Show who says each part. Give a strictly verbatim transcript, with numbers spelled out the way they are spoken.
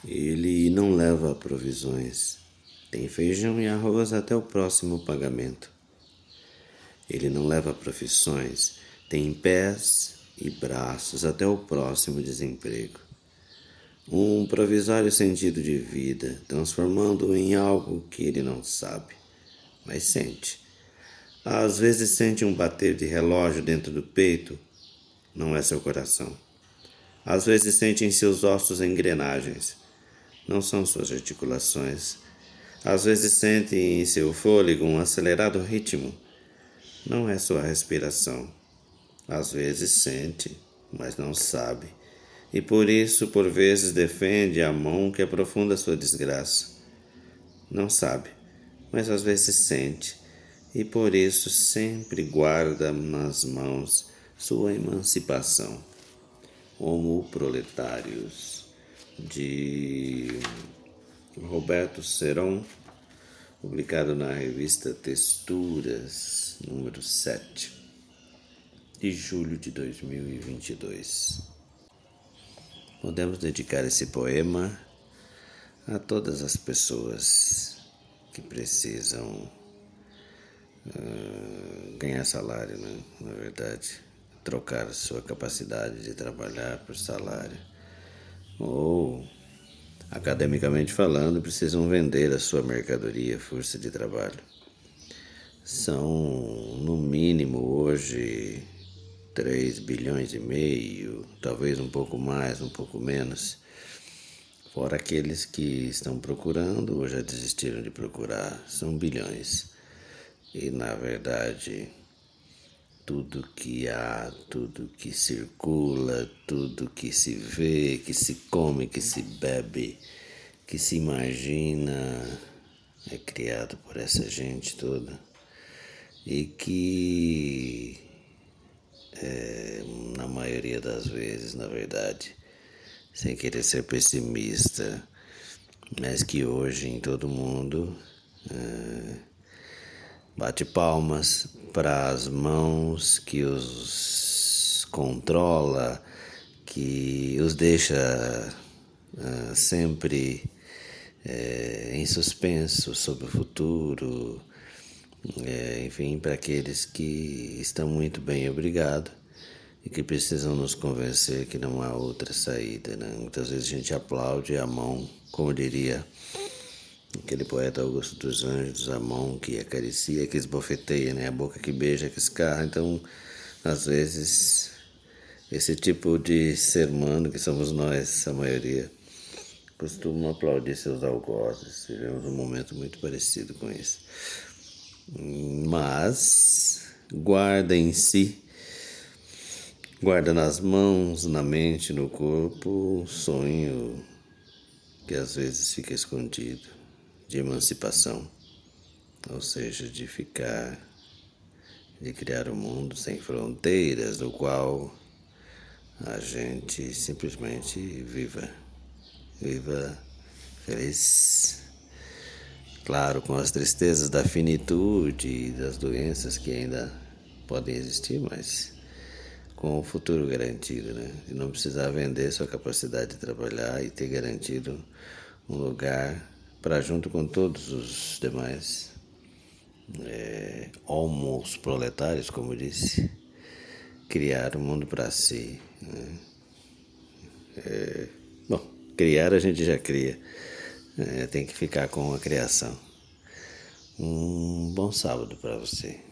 Speaker 1: Ele não leva provisões. Tem feijão e arroz até o próximo pagamento. Ele não leva profissões. Tem pés e braços até o próximo desemprego. Um provisório sentido de vida, transformando-o em algo que ele não sabe, mas sente. Às vezes sente um bater de relógio dentro do peito. Não é seu coração. Às vezes sente em seus ossos engrenagens. Não são suas articulações. Às vezes sente em seu fôlego um acelerado ritmo. Não é sua respiração. Às vezes sente, mas não sabe. E por isso, por vezes, defende a mão que aprofunda sua desgraça. Não sabe, mas às vezes sente. E por isso sempre guarda nas mãos sua emancipação. Homo Proletários, de Roberto Seron, publicado na revista Texturas, número sete, de julho de dois mil e vinte e dois. Podemos dedicar esse poema a todas as pessoas que precisam uh, ganhar salário, né? Na verdade, trocar sua capacidade de trabalhar por salário. Ou, academicamente falando, precisam vender a sua mercadoria, força de trabalho. São, no mínimo, hoje, três bilhões e meio, talvez um pouco mais, um pouco menos, fora aqueles que estão procurando ou já desistiram de procurar, são bilhões. E, na verdade, tudo que há, tudo que circula, tudo que se vê, que se come, que se bebe, que se imagina, é criado por essa gente toda. E que, é, na maioria das vezes, na verdade, sem querer ser pessimista, mas que hoje em todo mundo é, bate palmas para as mãos que os controla, que os deixa uh, sempre uh, em suspenso sobre o futuro, uh, enfim, para aqueles que estão muito bem, obrigado, e que precisam nos convencer que não há outra saída, né? Muitas vezes a gente aplaude a mão, como diria aquele poeta Augusto dos Anjos, a mão que acaricia, que esbofeteia, né? A boca que beija, que escarra. Então, às vezes, esse tipo de ser humano que somos nós, a maioria, costuma aplaudir seus algozes. Vivemos um momento muito parecido com isso. Mas guarda em si, guarda nas mãos, na mente, no corpo, um sonho que às vezes fica escondido, de emancipação, ou seja, de ficar, de criar um mundo sem fronteiras, no qual a gente simplesmente viva, viva feliz, claro, com as tristezas da finitude e das doenças que ainda podem existir, mas com o futuro garantido, né? De não precisar vender sua capacidade de trabalhar e ter garantido um lugar para, junto com todos os demais é, homos proletários, como disse, criar um mundo para si. Né? É, bom, criar a gente já cria, é, tem que ficar com a criação. Um bom sábado para você.